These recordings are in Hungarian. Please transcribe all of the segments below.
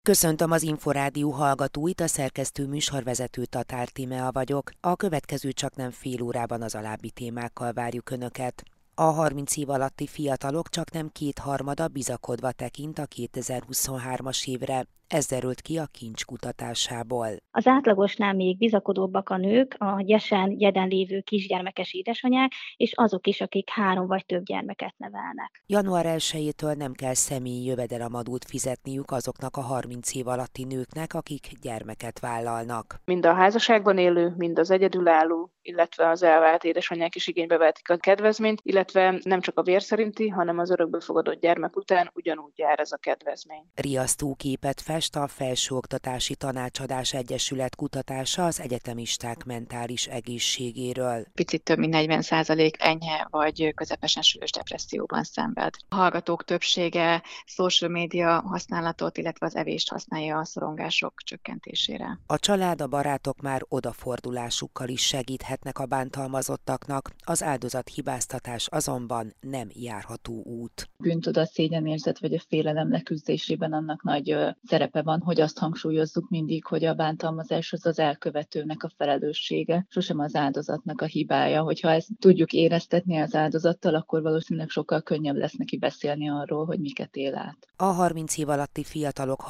Köszöntöm az Inforádió hallgatóit, a szerkesztő műsorvezető Tatár Tímea vagyok. A következő csaknem fél órában az alábbi témákkal várjuk Önöket. A 30 év alatti fiatalok csaknem kétharmada bizakodva tekint a 2023-as évre. Ez derült ki a Kincs kutatásából. Az átlagosnál még bizakodóbbak a nők, a jeden lévő kisgyermekes édesanyák, és azok is, akik 3 vagy több gyermeket nevelnek. Január 1-től nem kell személyi jövedelemadót fizetniük azoknak a 30 év alatti nőknek, akik gyermeket vállalnak. Mind a házasságban élő, mind az egyedülálló, illetve az elvált édesanyák is igénybe vehetik a kedvezményt, illetve nem csak a vér szerinti, hanem az örökbefogadott gyermek után ugyanúgy jár ez a kedvezmény. Riasztó képet fest a Felsőoktatási Tanácsadás Egyesület kutatása az egyetemisták mentális egészségéről. Picit több mint 40% enyhe vagy közepesen súlyos depresszióban szenved. A hallgatók többsége social media használatot, illetve az evést használja a szorongások csökkentésére. A család, a barátok már odafordulásukkal is segíthetnek a bántalmazottaknak, az áldozathibáztatás azonban nem járható út. Bűntudat, szégyenérzet vagy a félelem leküzdésében annak nagy szerepe van, hogy azt hangsúlyozzuk mindig, hogy a bántalmazás az elkövetőnek a felelőssége, sosem az áldozatnak a hibája. Hogyha ezt tudjuk éreztetni az áldozattal, akkor valószínűleg sokkal könnyebb lesz neki beszélni arról, hogy miket él át. A 30 év alatti fiatalok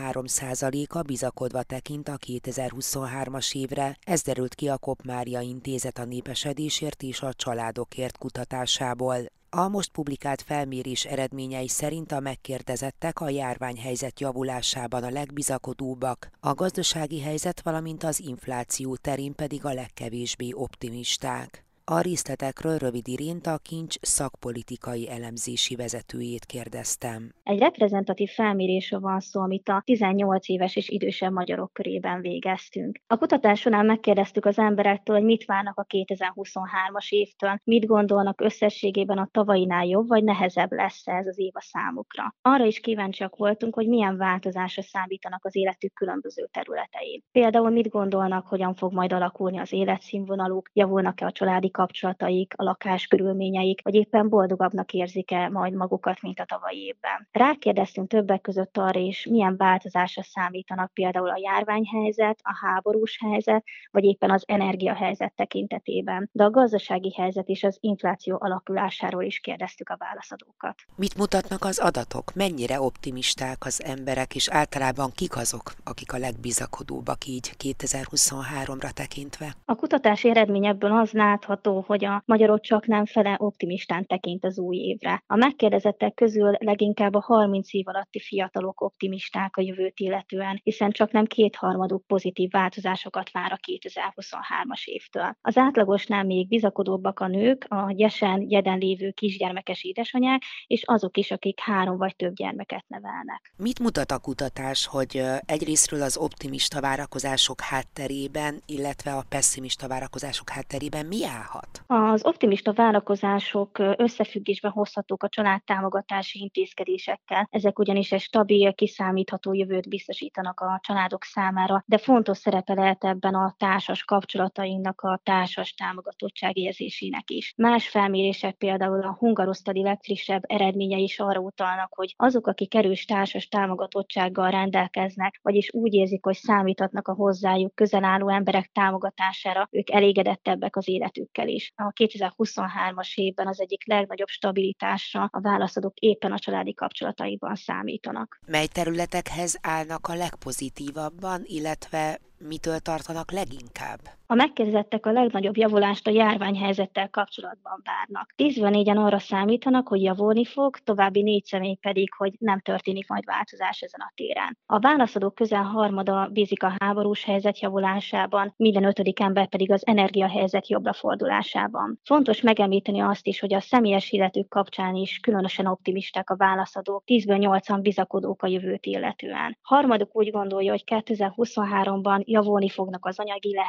63%-a bizakodva tekint a 2023-as évre. Ez derült ki a Kopp Mária Intézet a népesedésért és a családokért kutatásából. A most publikált felmérés eredményei szerint a megkérdezettek a járványhelyzet javulásában a legbizakodóbbak, a gazdasági helyzet, valamint az infláció terén pedig a legkevésbé optimisták. A részletekről Rövid Irént, a Kincs szakpolitikai elemzési vezetőjét kérdeztem. Egy reprezentatív felmérésről van szó, amit a 18 éves és idősebb magyarok körében végeztünk. A kutatás során megkérdeztük az emberektől, hogy mit várnak a 2023-as évtől, mit gondolnak összességében a tavainál jobb vagy nehezebb lesz ez az év a számukra. Arra is kíváncsiak voltunk, hogy milyen változásra számítanak az életük különböző területein. Például mit gondolnak, hogyan fog majd alakulni az életszínvonaluk, javulnak-e a családi kapcsolataik, a lakáskörülményeik, vagy éppen boldogabbnak érzik-e majd magukat, mint a tavalyi évben. Rákérdeztünk többek között arra is, milyen változásra számítanak például a járványhelyzet, a háborús helyzet, vagy éppen az energiahelyzet tekintetében. De a gazdasági helyzet és az infláció alakulásáról is kérdeztük a válaszadókat. Mit mutatnak az adatok? Mennyire optimisták az emberek, és általában kik azok, akik a legbizakodóbbak így 2023-ra tekintve? A kutatási eredmény ebből az látható, hogy a magyarok csaknem fele optimistán tekint az új évre. A megkérdezettek közül leginkább a 30 év alatti fiatalok optimisták a jövőt illetően, hiszen csaknem kétharmaduk pozitív változásokat vár a 2023-as évtől. Az átlagosnál még bizakodóbbak a nők, a jeden lévő kisgyermekes édesanyák, és azok is, akik 3 vagy több gyermeket nevelnek. Mit mutat a kutatás, hogy egyrésztről az optimista várakozások hátterében, illetve a pesszimista várakozások hátterében mi állhat? Az optimista várakozások összefüggésben hozhatók a családtámogatási intézkedésekkel. Ezek ugyanis egy stabil, kiszámítható jövőt biztosítanak a családok számára, de fontos szerepe lehet ebben a társas kapcsolatainknak, a társas támogatottság érzésének is. Más felmérések, például a Hungarosztali legfrissebb eredményei is arra utalnak, hogy azok, akik erős társas támogatottsággal rendelkeznek, vagyis úgy érzik, hogy számíthatnak a hozzájuk közel álló emberek támogatására, ők elégedettebbek az életükkel is. A 2023-as évben az egyik legnagyobb stabilitásra a válaszadók éppen a családi kapcsolataikban számítanak. Mely területekhez állnak a legpozitívabban, illetve mitől tartanak leginkább? A megkérdezettek a legnagyobb javulást a járványhelyzettel kapcsolatban várnak. 10-ből 4-en arra számítanak, hogy javulni fog, további 4 személy pedig, hogy nem történik majd változás ezen a téren. A válaszadók közel harmada bízik a háborús helyzet javulásában, minden 5. ember pedig az energiahelyzet jobbra fordulásában. Fontos megemlíteni azt is, hogy a személyes életük kapcsán is különösen optimisták a válaszadók, 10-ből 8-an bizakodók a jövőt illetően. Harmaduk úgy gondolja, hogy 2023-ban javulni fognak az anyagi lehetőségek,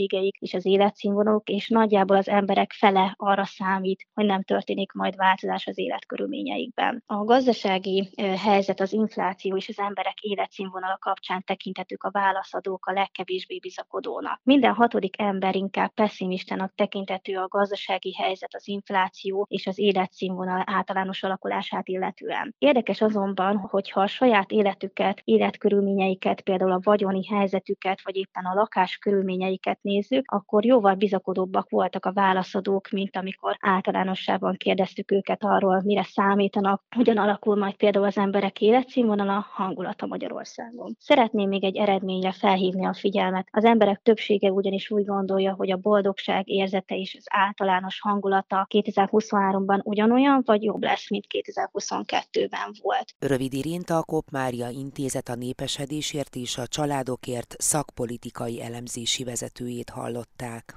költségeik és az életszínvonaluk, és nagyjából az emberek fele arra számít, hogy nem történik majd változás az életkörülményeikben. A gazdasági helyzet, az infláció és az emberek életszínvonala kapcsán tekintetük a válaszadók a legkevésbé bizakodónak. Minden 6. ember inkább pessimistának tekintető a gazdasági helyzet, az infláció és az életszínvonal általános alakulását illetően. Érdekes azonban, hogyha a saját életüket, életkörülményeiket, például a vagyoni helyzetüket, vagy éppen a lakás körülményeiket nézzük, akkor jóval bizakodóbbak voltak a válaszadók, mint amikor általánosságban kérdeztük őket arról, mire számítanak, hogyan alakul majd például az emberek életszínvonala, hangulata Magyarországon. Szeretném még egy eredményre felhívni a figyelmet. Az emberek többsége ugyanis úgy gondolja, hogy a boldogság érzete és az általános hangulata 2023-ban ugyanolyan, vagy jobb lesz, mint 2022-ben volt. Rövid Irinta, a Kopp Mária Intézet a népesedésért és a családokért szakpolitikai elemzési vezetőjét hallották.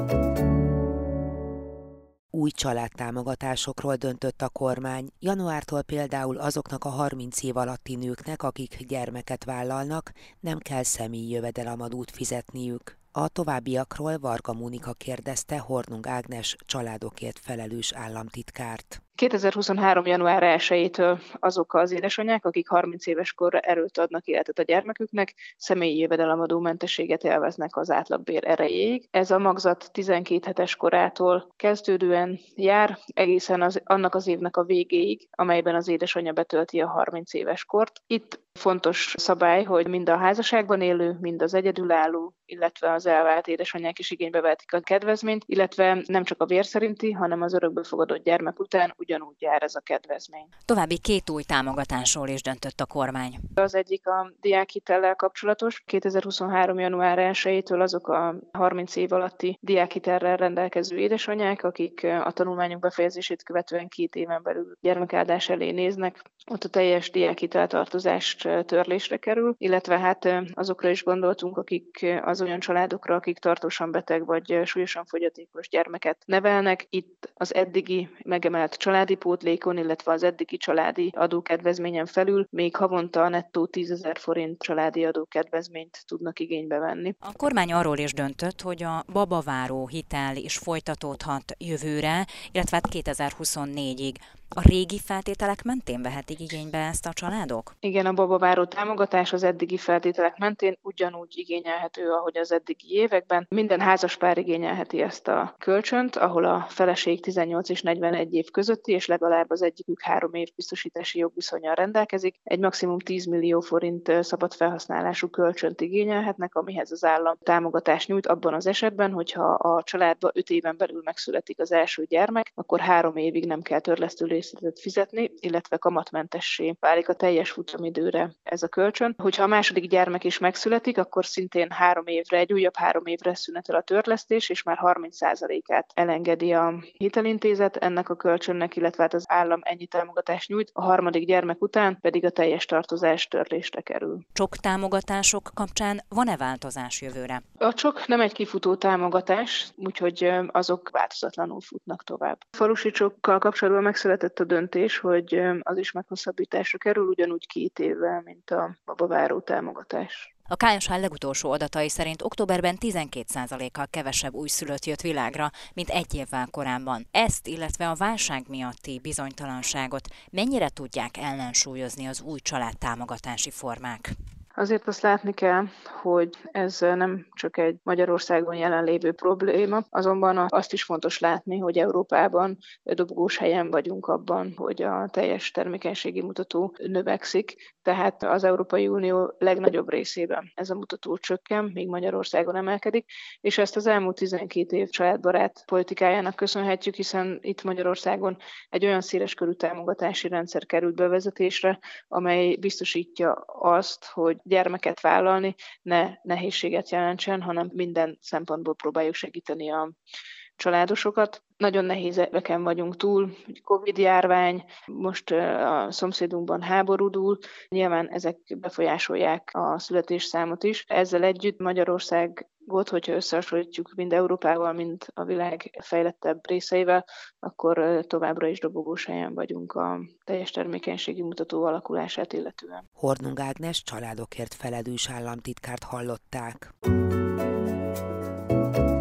Új családtámogatásokról döntött a kormány. Januártól például azoknak a 30 év alatti nőknek, akik gyermeket vállalnak, nem kell személyi jövedelemadót fizetniük. A továbbiakról Varga Mónika kérdezte Hornung Ágnes családokért felelős államtitkárt. 2023. január 1-től azok az édesanyák, akik 30 éves korra erőt adnak életet a gyermeküknek, személyi jövedelemadó mentességet élveznek az átlagbér erejéig. Ez a magzat 12 hetes korától kezdődően jár egészen annak az évnek a végéig, amelyben az édesanyja betölti a 30 éves kort. Itt fontos szabály, hogy mind a házasságban élő, mind az egyedülálló, illetve az elvált édesanyák is igénybe vehetik a kedvezményt, illetve nem csak a vér szerinti, hanem az örökbefogadott gyermek után ugyanúgy jár ez a kedvezmény. További 2 új támogatásról is döntött a kormány. Az egyik a diákhitellel kapcsolatos. 2023. január 1-től azok a 30 év alatti diákhitellel rendelkező édesanyák, akik a tanulmányok befejezését követően 2 éven belül gyermekáldás elé néznek, ott a teljes diákhiteltartozást törlésre kerül, illetve hát azokra is gondoltunk, akik az olyan családokra, akik tartósan beteg vagy súlyosan fogyatékos gyermeket nevelnek. Itt az eddigi megemelt családi pótlékon, illetve az eddigi családi adókedvezményen felül még havonta nettó 10 000 forint családi adókedvezményt tudnak igénybe venni. A kormány arról is döntött, hogy a babaváró hitel is folytatódhat jövőre, illetve 2024-ig. A régi feltételek mentén vehetik igénybe ezt a családok? Igen, a babaváró támogatás az eddigi feltételek mentén ugyanúgy igényelhető, ahogy az eddigi években. Minden házaspár igényelheti ezt a kölcsönt, ahol a feleség 18 és 41 év közötti, és legalább az egyikük 3 év biztosítási jogviszonnyal rendelkezik. Egy maximum 10 millió forint szabad felhasználású kölcsönt igényelhetnek, amihez az állam támogatást nyújt abban az esetben, hogyha a családba 5 éven belül megszületik az első gyermek, akkor 3 évig nem kell törlesztő részletet fizetni, illetve kamatmentessé válik a teljes futamidőre ez a kölcsön. Hogyha a második gyermek is megszületik, akkor szintén 3 évre, egy újabb 3 évre szünetel a törlesztés, és már 30%-át elengedi a hitelintézet ennek a kölcsönnek, illetve hát az állam ennyi támogatást nyújt, a 3. gyermek után pedig a teljes tartozás törlésre kerül. Csok támogatások kapcsán van-e változás jövőre? A csok nem egy kifutó támogatás, úgyhogy azok változatlanul futnak tovább. A falusi csokkal kapcsolatban megszületett a döntés, hogy az is meghosszabbításra kerül, ugyanúgy 2 évvel, mint a babaváró támogatás. A KSH legutolsó adatai szerint októberben 12%-kal kevesebb újszülött jött világra, mint 1 évvel korábban. Ezt, illetve a válság miatti bizonytalanságot mennyire tudják ellensúlyozni az új családtámogatási formák? Azért azt látni kell, hogy ez nem csak egy Magyarországon jelenlévő probléma, azonban azt is fontos látni, hogy Európában dobogós helyen vagyunk abban, hogy a teljes termékenységi mutató növekszik, tehát az Európai Unió legnagyobb részében ez a mutató csökken, míg Magyarországon emelkedik, és ezt az elmúlt 12 év családbarát politikájának köszönhetjük, hiszen itt Magyarországon egy olyan széleskörű támogatási rendszer került bevezetésre, amely biztosítja azt, hogy gyermeket vállalni ne nehézséget jelentsen, hanem minden szempontból próbáljuk segíteni a családosokat. Nagyon nehéz éveken vagyunk túl, Covid-járvány, most a szomszédunkban háború dúl, nyilván ezek befolyásolják a születésszámot is. Ezzel együtt Magyarország hogyha összehasonlítjuk mind Európával, mind a világ fejlettebb részeivel, akkor továbbra is dobogós helyen vagyunk a teljes termékenységi mutató alakulását illetően. Hornung Ágnes családokért felelős államtitkárt hallották.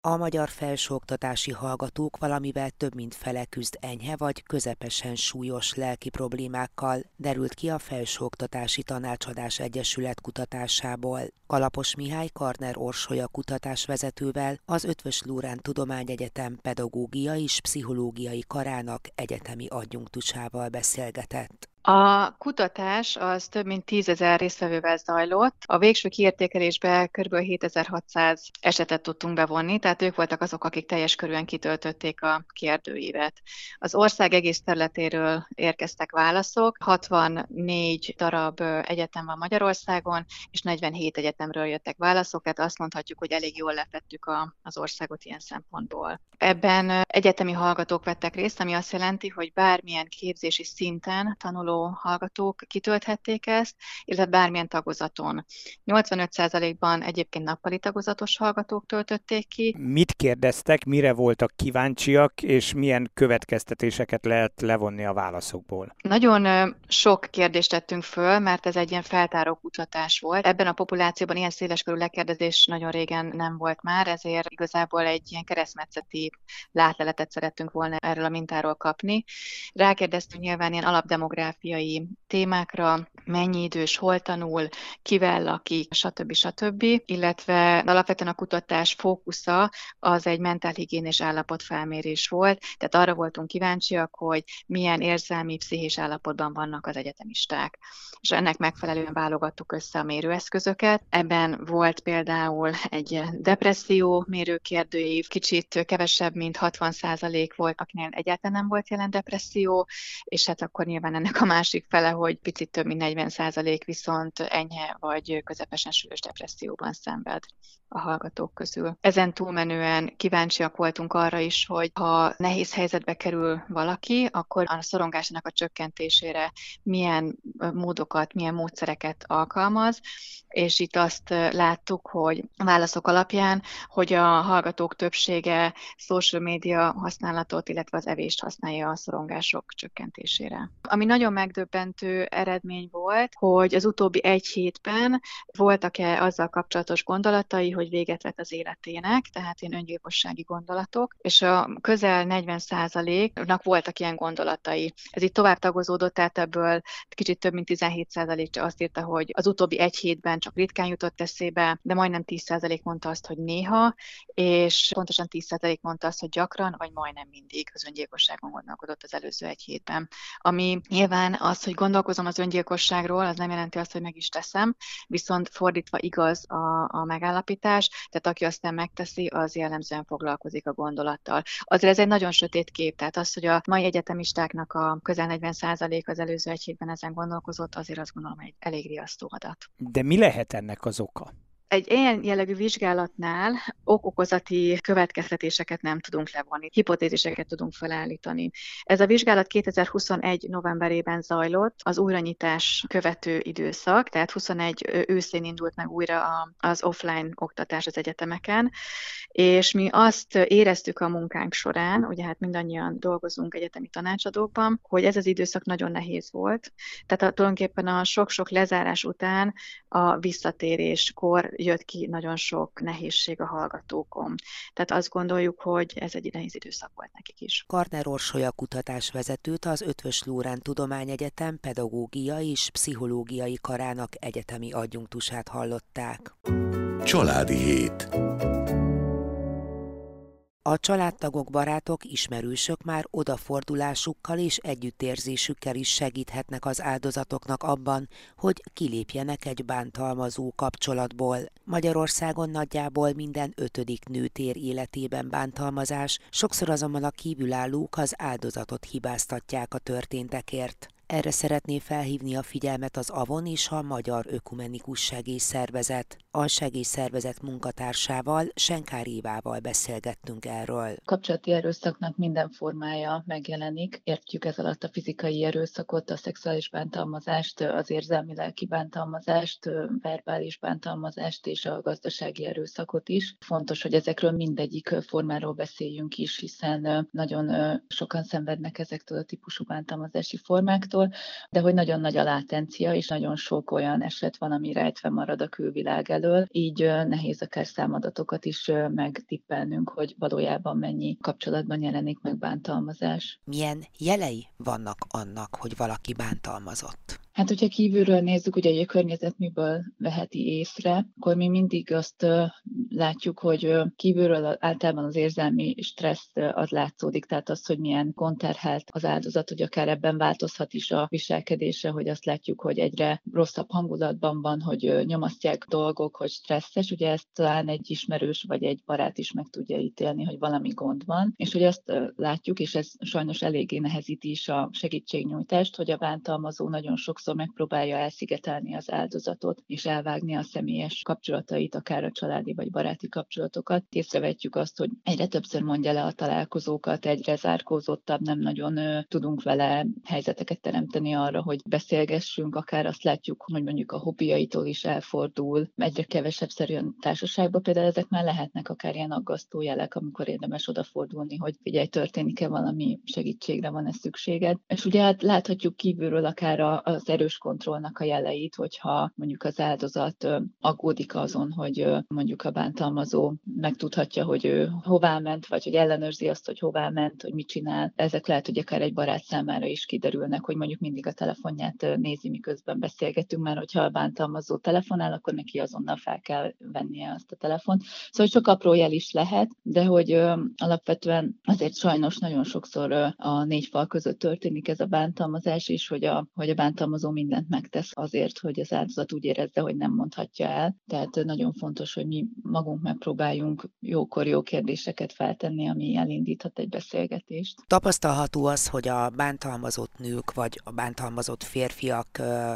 A magyar felsőoktatási hallgatók valamivel több mint fele küzd enyhe vagy közepesen súlyos lelki problémákkal, derült ki a Felsőoktatási Tanácsadás Egyesület kutatásából. Kalapos Mihály Karner Orsolya kutatásvezetővel, az Eötvös Loránd Tudományegyetem pedagógia és pszichológiai karának egyetemi adjunktusával beszélgetett. A kutatás az több mint 10 000 résztvevővel zajlott. A végső kiértékelésbe kb. 7600 esetet tudtunk bevonni, tehát ők voltak azok, akik teljes körűen kitöltötték a kérdőívet. Az ország egész területéről érkeztek válaszok, 64 darab egyetem van Magyarországon, és 47 egyetemről jöttek válaszok, tehát azt mondhatjuk, hogy elég jól lefettük az országot ilyen szempontból. Ebben egyetemi hallgatók vettek részt, ami azt jelenti, hogy bármilyen képzési szinten tanuló hallgatók kitölthették ezt, illetve bármilyen tagozaton. 85%-ban egyébként nappali tagozatos hallgatók töltötték ki. Mit kérdeztek, mire voltak kíváncsiak, és milyen következtetéseket lehet levonni a válaszokból? Nagyon sok kérdést tettünk föl, mert ez egy ilyen feltáró kutatás volt. Ebben a populációban ilyen széleskörű lekérdezés nagyon régen nem volt már, ezért igazából egy ilyen keresztmetszeti látleletet szerettünk volna erről a mintáról kapni. Rákérdeztünk nyilván ilyen alapdemográfiai témákra, mennyi idős, hol tanul, kivel lakik, stb. Illetve alapvetően a kutatás fókusza az egy mentálhigiénés állapotfelmérés volt, tehát arra voltunk kíváncsiak, hogy milyen érzelmi, pszichés állapotban vannak az egyetemisták. És ennek megfelelően válogattuk össze a mérőeszközöket. Ebben volt például egy depresszió mérőkérdőív, kicsit kevesebb, mint 60% volt, akinél egyáltalán nem volt jelen depresszió, és hát akkor nyilván ennek a másik fele, hogy picit több mint 40% viszont enyhe vagy közepesen súlyos depresszióban szenved a hallgatók közül. Ezen túlmenően kíváncsiak voltunk arra is, hogy ha nehéz helyzetbe kerül valaki, akkor a szorongásának a csökkentésére milyen módokat, milyen módszereket alkalmaz, és itt azt láttuk, hogy a válaszok alapján, hogy a hallgatók többsége social media használatot, illetve az evést használja a szorongások csökkentésére. Ami nagyon megdöbbentő eredmény volt, hogy az utóbbi egy hétben voltak-e azzal kapcsolatos gondolatai, hogy véget vett az életének, tehát ilyen öngyilkossági gondolatok, és a közel 40%-nak voltak ilyen gondolatai. Ez itt tovább tagozódott, tehát ebből kicsit több mint 17% azt írta, hogy az utóbbi egy hétben csak ritkán jutott eszébe, de majdnem 10% mondta azt, hogy néha, és pontosan 10% mondta azt, hogy gyakran, vagy majdnem mindig az öngyilkosságon gondolkodott az előző egy hétben. Ami nyilván az, hogy gondolkozom az öngyilkosságról, az nem jelenti azt, hogy meg is teszem, viszont fordítva igaz a megállapítás, tehát aki aztán megteszi, az jellemzően foglalkozik a gondolattal. Azért ez egy nagyon sötét kép, tehát az, hogy a mai egyetemistáknak a közel 40% az előző egy hétben ezen gondolkozott, azért azt gondolom egy elég riasztó adat. De mi lehet ennek az oka? Egy ilyen jellegű vizsgálatnál okokozati következtetéseket nem tudunk levonni, hipotéziseket tudunk felállítani. Ez a vizsgálat 2021. novemberében zajlott, az újranyitás követő időszak, tehát 21 őszén indult meg újra az offline oktatás az egyetemeken, és mi azt éreztük a munkánk során, ugye hát mindannyian dolgozunk egyetemi tanácsadókban, hogy ez az időszak nagyon nehéz volt. Tehát tulajdonképpen a sok-sok lezárás után a visszatéréskor jött ki nagyon sok nehézség a hallgatókon. Tehát azt gondoljuk, hogy ez egy nehéz időszak volt nekik is. Karner Orsolya kutatásvezetőt, az Eötvös Loránd Tudományegyetem pedagógia és pszichológiai karának egyetemi adjunktusát hallották. Családi hét. A családtagok, barátok, ismerősök már odafordulásukkal és együttérzésükkel is segíthetnek az áldozatoknak abban, hogy kilépjenek egy bántalmazó kapcsolatból. Magyarországon nagyjából minden 5. nő tér életében bántalmazás, sokszor azonban a kívülállók az áldozatot hibáztatják a történtekért. Erre szeretné felhívni a figyelmet az AVON és a Magyar Ökumenikus Segélyszervezet. A segélyszervezet munkatársával, Senkár Évával beszélgettünk erről. Kapcsolati erőszaknak minden formája megjelenik. Értjük ez alatt a fizikai erőszakot, a szexuális bántalmazást, az érzelmi-lelki bántalmazást, verbális bántalmazást és a gazdasági erőszakot is. Fontos, hogy ezekről mindegyik formáról beszéljünk is, hiszen nagyon sokan szenvednek ezektől a típusú bántalmazási formáktól, áldozatoktól, de hogy nagyon nagy a látencia, és nagyon sok olyan eset van, ami rejtve marad a külvilág elől, így nehéz akár számadatokat is megtippelnünk, hogy valójában mennyi kapcsolatban jelenik meg bántalmazás. Milyen jelei vannak annak, hogy valaki bántalmazott? Hát, hogyha kívülről nézzük, ugye a környezet miből veheti észre, akkor mi mindig azt látjuk, hogy kívülről általában az érzelmi stressz az látszódik, tehát az, hogy milyen gondterhelt az áldozat, hogy akár ebben változhat is a viselkedése, hogy azt látjuk, hogy egyre rosszabb hangulatban van, hogy nyomasztják dolgok, hogy stresszes, ugye ezt talán egy ismerős vagy egy barát is meg tudja ítélni, hogy valami gond van, és hogy azt látjuk, és ez sajnos eléggé nehezíti is a segítségnyújtást, hogy a bántalmazó nagyon sokszor megpróbálja elszigetelni az áldozatot, és elvágni a személyes kapcsolatait, akár a családi vagy baráti kapcsolatokat. Észrevetjük azt, hogy egyre többször mondja le a találkozókat, egyre zárkózottabb, nem nagyon tudunk vele helyzeteket teremteni arra, hogy beszélgessünk, akár azt látjuk, hogy mondjuk a hobbiaitól is elfordul, egyre kevesebb szerűen társaságba, például ezek már lehetnek akár ilyen aggasztó jelek, amikor érdemes odafordulni, hogy figyelj, történik-e valami, segítségre van-e szükséged. És ugye hát láthatjuk kívülről akár az erős kontrollnak a jeleit, hogyha mondjuk az áldozat aggódik azon, hogy mondjuk a bántalmazó megtudhatja, hogy ő hová ment, vagy hogy ellenőrzi azt, hogy hová ment, hogy mit csinál. Ezek lehet, hogy akár egy barát számára is kiderülnek, hogy mondjuk mindig a telefonját nézi, miközben beszélgetünk, mert hogyha a bántalmazó telefonál, akkor neki azonnal fel kell vennie azt a telefont. Szóval sok apró jel is lehet, de hogy alapvetően azért sajnos nagyon sokszor a négy fal között történik ez a bántalmazás, és hogy a bántalmazó mindent megtesz azért, hogy az áldozat úgy érezze, hogy nem mondhatja el. Tehát nagyon fontos, hogy mi magunk megpróbáljunk jókor jó kérdéseket feltenni, ami elindíthat egy beszélgetést. Tapasztalható az, hogy a bántalmazott nők vagy a bántalmazott férfiak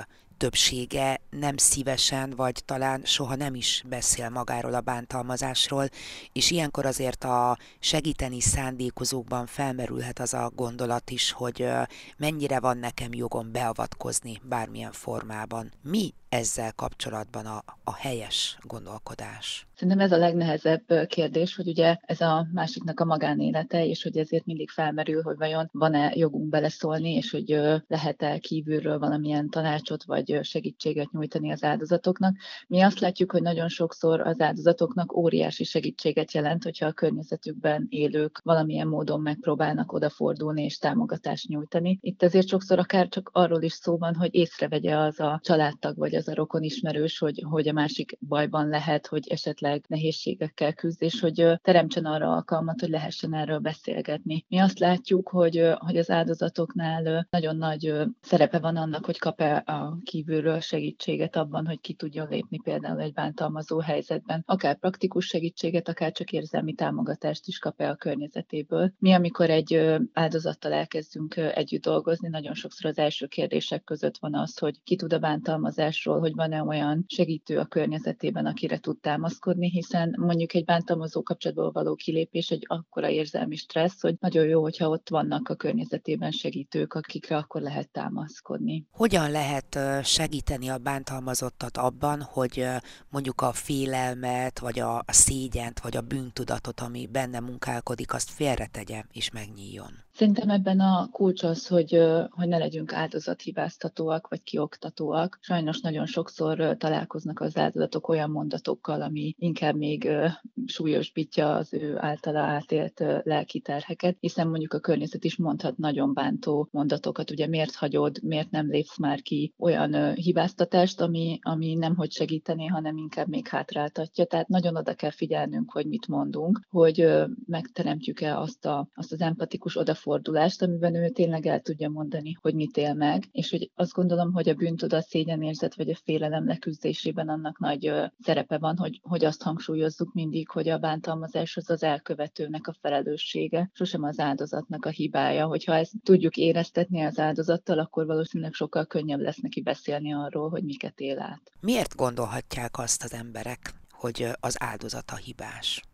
többsége nem szívesen, vagy talán soha nem is beszél magáról a bántalmazásról, és ilyenkor azért a segíteni szándékozókban felmerülhet az a gondolat is, hogy mennyire van nekem jogom beavatkozni bármilyen formában. Mi ezzel kapcsolatban a helyes gondolkodás? Szerintem ez a legnehezebb kérdés, hogy ugye ez a másiknak a magánélete, és hogy ezért mindig felmerül, hogy vajon van-e jogunk beleszólni, és hogy lehet-e kívülről valamilyen tanácsot vagy segítséget nyújtani az áldozatoknak. Mi azt látjuk, hogy nagyon sokszor az áldozatoknak óriási segítséget jelent, hogyha a környezetükben élők valamilyen módon megpróbálnak odafordulni és támogatást nyújtani. Itt azért sokszor akár csak arról is szó van, hogy észrevegye az a családtag vagy az a rokon ismerős, hogy a másik bajban lehet, hogy esetleg nehézségekkel küzd, és hogy teremtsen arra alkalmat, hogy lehessen erről beszélgetni. Mi azt látjuk, hogy az áldozatoknál nagyon nagy szerepe van annak, hogy kap-e a kívülről segítséget abban, hogy ki tudjon lépni például egy bántalmazó helyzetben. Akár praktikus segítséget, akár csak érzelmi támogatást is kap-e a környezetéből. Mi, amikor egy áldozattal elkezdünk együtt dolgozni, nagyon sokszor az első kérdések között van az, hogy ki tud a bántalmazásról, hogy van-e olyan segítő a környezetében, akire tud támaszkodni, hiszen mondjuk egy bántalmazó kapcsolatból való kilépés egy akkora érzelmi stressz, hogy nagyon jó, hogyha ott vannak a környezetében segítők, akikre akkor lehet támaszkodni. Hogyan lehet segíteni a bántalmazottat abban, hogy mondjuk a félelmet, vagy a szégyent, vagy a bűntudatot, ami benne munkálkodik, azt félretegye és megnyíljon? Szerintem ebben a kulcs az, hogy ne legyünk áldozathibáztatóak vagy kioktatóak. Sajnos nagyon sokszor találkoznak az áldozatok olyan mondatokkal, ami inkább még súlyosbítja az ő általa átélt lelki terheket, hiszen mondjuk a környezet is mondhat nagyon bántó mondatokat, ugye miért hagyod, miért nem lépsz már ki, olyan hibáztatást, ami nemhogy segítené, hanem inkább még hátráltatja. Tehát nagyon oda kell figyelnünk, hogy mit mondunk, hogy megteremtjük-e azt az empatikus odafordulást, amiben ő tényleg el tudja mondani, hogy mit él meg, és hogy azt gondolom, hogy a bűntudat, szégyenérzet vagy a félelem leküzdésében annak nagy szerepe van, hogy azt hangsúlyozzuk mindig, hogy a bántalmazás az elkövetőnek a felelőssége, sosem az áldozatnak a hibája. Hogyha ezt tudjuk éreztetni az áldozattal, akkor valószínűleg sokkal könnyebb lesz neki beszélni arról, hogy miket él át. Miért gondolhatják azt az emberek, hogy az áldozata hibás?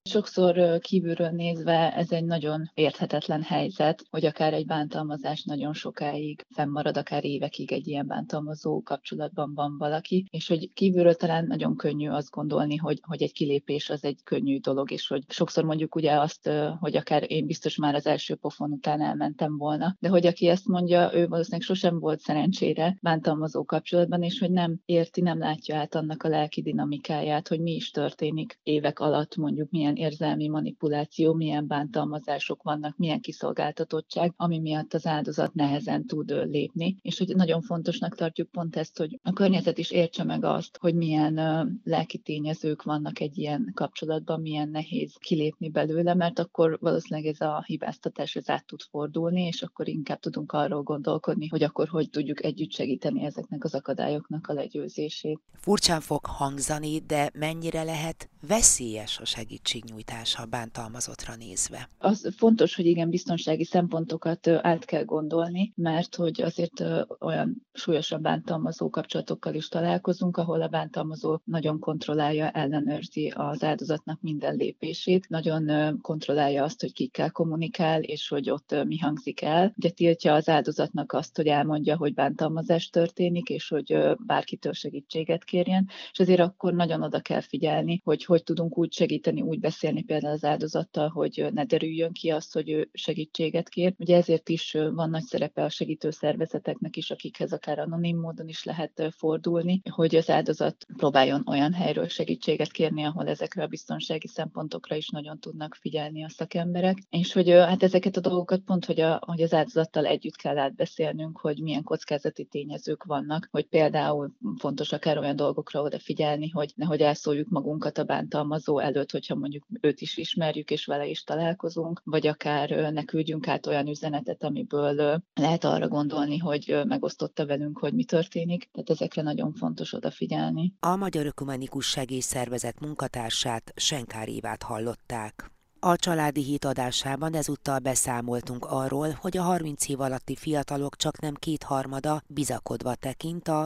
Sokszor kívülről nézve ez egy nagyon érthetetlen helyzet, hogy akár egy bántalmazás nagyon sokáig fennmarad, akár évekig egy ilyen bántalmazó kapcsolatban van valaki, és hogy kívülről talán nagyon könnyű azt gondolni, hogy egy kilépés az egy könnyű dolog, és hogy sokszor mondjuk ugye azt, hogy akár én biztos már az első pofon után elmentem volna, de hogy aki ezt mondja, ő valószínűleg sosem volt szerencsére bántalmazó kapcsolatban, és hogy nem érti, nem látja át annak a lelki dinamikáját, hogy mi is történik évek alatt, mondjuk milyen érzelmi manipuláció, milyen bántalmazások vannak, milyen kiszolgáltatottság, ami miatt az áldozat nehezen tud lépni. És hogy nagyon fontosnak tartjuk pont ezt, hogy a környezet is értse meg azt, hogy milyen lelki tényezők vannak egy ilyen kapcsolatban, milyen nehéz kilépni belőle, mert akkor valószínűleg ez a hibáztatás ez át tud fordulni, és akkor inkább tudunk arról gondolkodni, hogy akkor hogy tudjuk együtt segíteni ezeknek az akadályoknak a legyőzését. Furcsán fog hangzani, de mennyire lehet veszélyes a segítségnyújtás a bántalmazottra nézve? Az fontos, hogy igen, biztonsági szempontokat át kell gondolni, mert hogy azért olyan súlyosan bántalmazó kapcsolatokkal is találkozunk, ahol a bántalmazó nagyon kontrollálja, ellenőrzi az áldozatnak minden lépését, nagyon kontrollálja azt, hogy kikkel kommunikál, és hogy ott mi hangzik el. Ugye tiltja az áldozatnak azt, hogy elmondja, hogy bántalmazás történik, és hogy bárkitől segítséget kérjen, és azért akkor nagyon oda kell figyelni, hogy tudunk úgy segíteni, úgy beszélni például az áldozattal, hogy ne derüljön ki azt, hogy ő segítséget kér. Ugye ezért is van nagy szerepe a segítő szervezeteknek is, akikhez akár anonim módon is lehet fordulni, hogy az áldozat próbáljon olyan helyről segítséget kérni, ahol ezekre a biztonsági szempontokra is nagyon tudnak figyelni a szakemberek. És hogy hát ezeket a dolgokat pont, hogy az áldozattal együtt kell átbeszélnünk, hogy milyen kockázati tényezők vannak, hogy például fontos akár olyan dolgokra odafigyelni, hogy nehogy elszóljuk magunkat a bántalmazó előtt, hogyha mondjuk őt is ismerjük és vele is találkozunk, vagy akár ne küldjünk át olyan üzenetet, amiből lehet arra gondolni, hogy megosztotta velünk, hogy mi történik. Tehát ezekre nagyon fontos odafigyelni. A Magyar Ökumenikus Segélyszervezet munkatársát, Senkár Évát hallották. A Családi Hét adásában ezúttal beszámoltunk arról, hogy a 30 év alatti fiatalok csaknem 2/3 bizakodva tekint a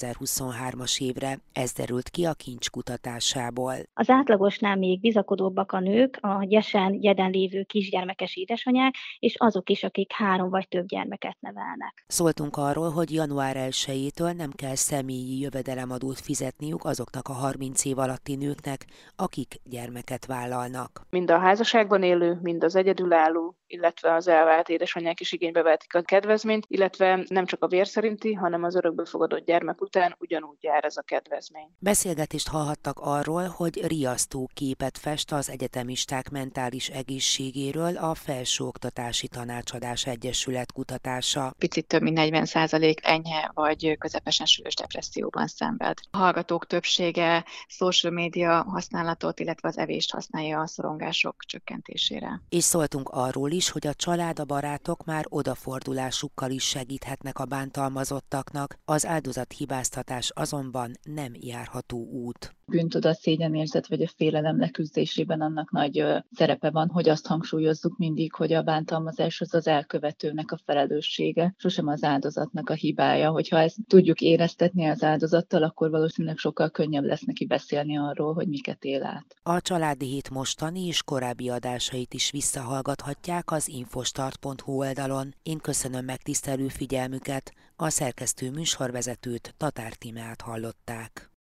2023-as évre. Ez derült ki a Kincs kutatásából. Az átlagosnál még bizakodóbbak a nők, a gyesen lévő kisgyermekes édesanyák, és azok is, akik 3 vagy több gyermeket nevelnek. Szóltunk arról, hogy január 1-től nem kell személyi jövedelemadót fizetniük azoknak a 30 év alatti nőknek, akik gyermeket vállalnak. Mind a házasságban élő, mind az egyedülálló, illetve az elvált édesanyák is igénybe vehetik a kedvezményt, illetve nem csak a vér szerinti, hanem az örökbefogadott gyermek után ugyanúgy jár ez a kedvezmény. Beszélgetést hallhattak arról, hogy riasztó képet fest az egyetemisták mentális egészségéről a Felsőoktatási Tanácsadás Egyesület kutatása. Picit több mint 40% enyhe vagy közepesen súlyos depresszióban szenved. A hallgatók többsége social media használatot, illetve az evést használja a szorongások csökkentésére. És szóltunk arról is, hogy a család, a barátok már odafordulásukkal is segíthetnek a bántalmazottaknak, az áldozathibáztatás azonban nem járható út. Bűntudat, szégyenérzet vagy a félelem leküzdésében annak nagy szerepe van, hogy azt hangsúlyozzuk mindig, hogy a bántalmazás az elkövetőnek a felelőssége, sosem az áldozatnak a hibája. Hogyha ezt tudjuk éreztetni az áldozattal, akkor valószínűleg sokkal könnyebb lesz neki beszélni arról, hogy miket él át. A Családi Hét mostani és korábbi adásait is visszahallgathatják az infostart.hu oldalon. Én köszönöm megtisztelő figyelmüket, a szerkesztő műsorvezetőt, Tatár Tímeát hallották.